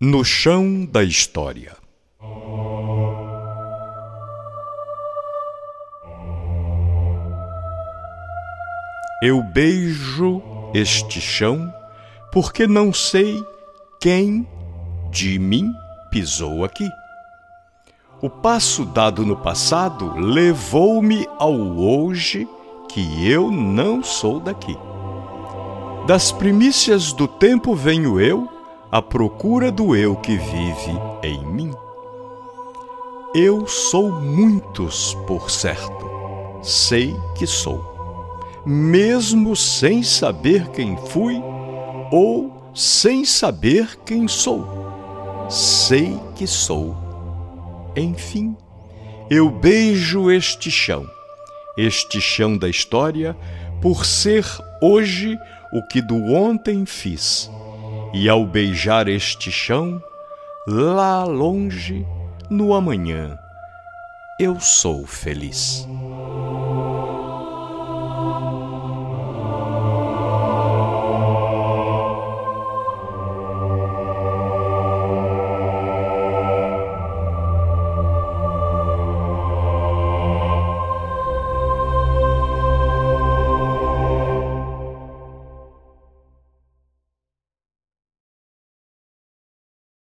No chão da história. Eu beijo este chão porque não sei quem de mim pisou aqui. O passo dado no passado levou-me ao hoje que eu não sou daqui. Das primícias do tempo venho eu, à procura do eu que vive em mim. Eu sou muitos, por certo, sei que sou, mesmo sem saber quem fui ou sem saber quem sou. Sei que sou. Enfim, eu beijo este chão da história, por ser hoje o que do ontem fiz. E ao beijar este chão, lá longe, no amanhã, eu sou feliz.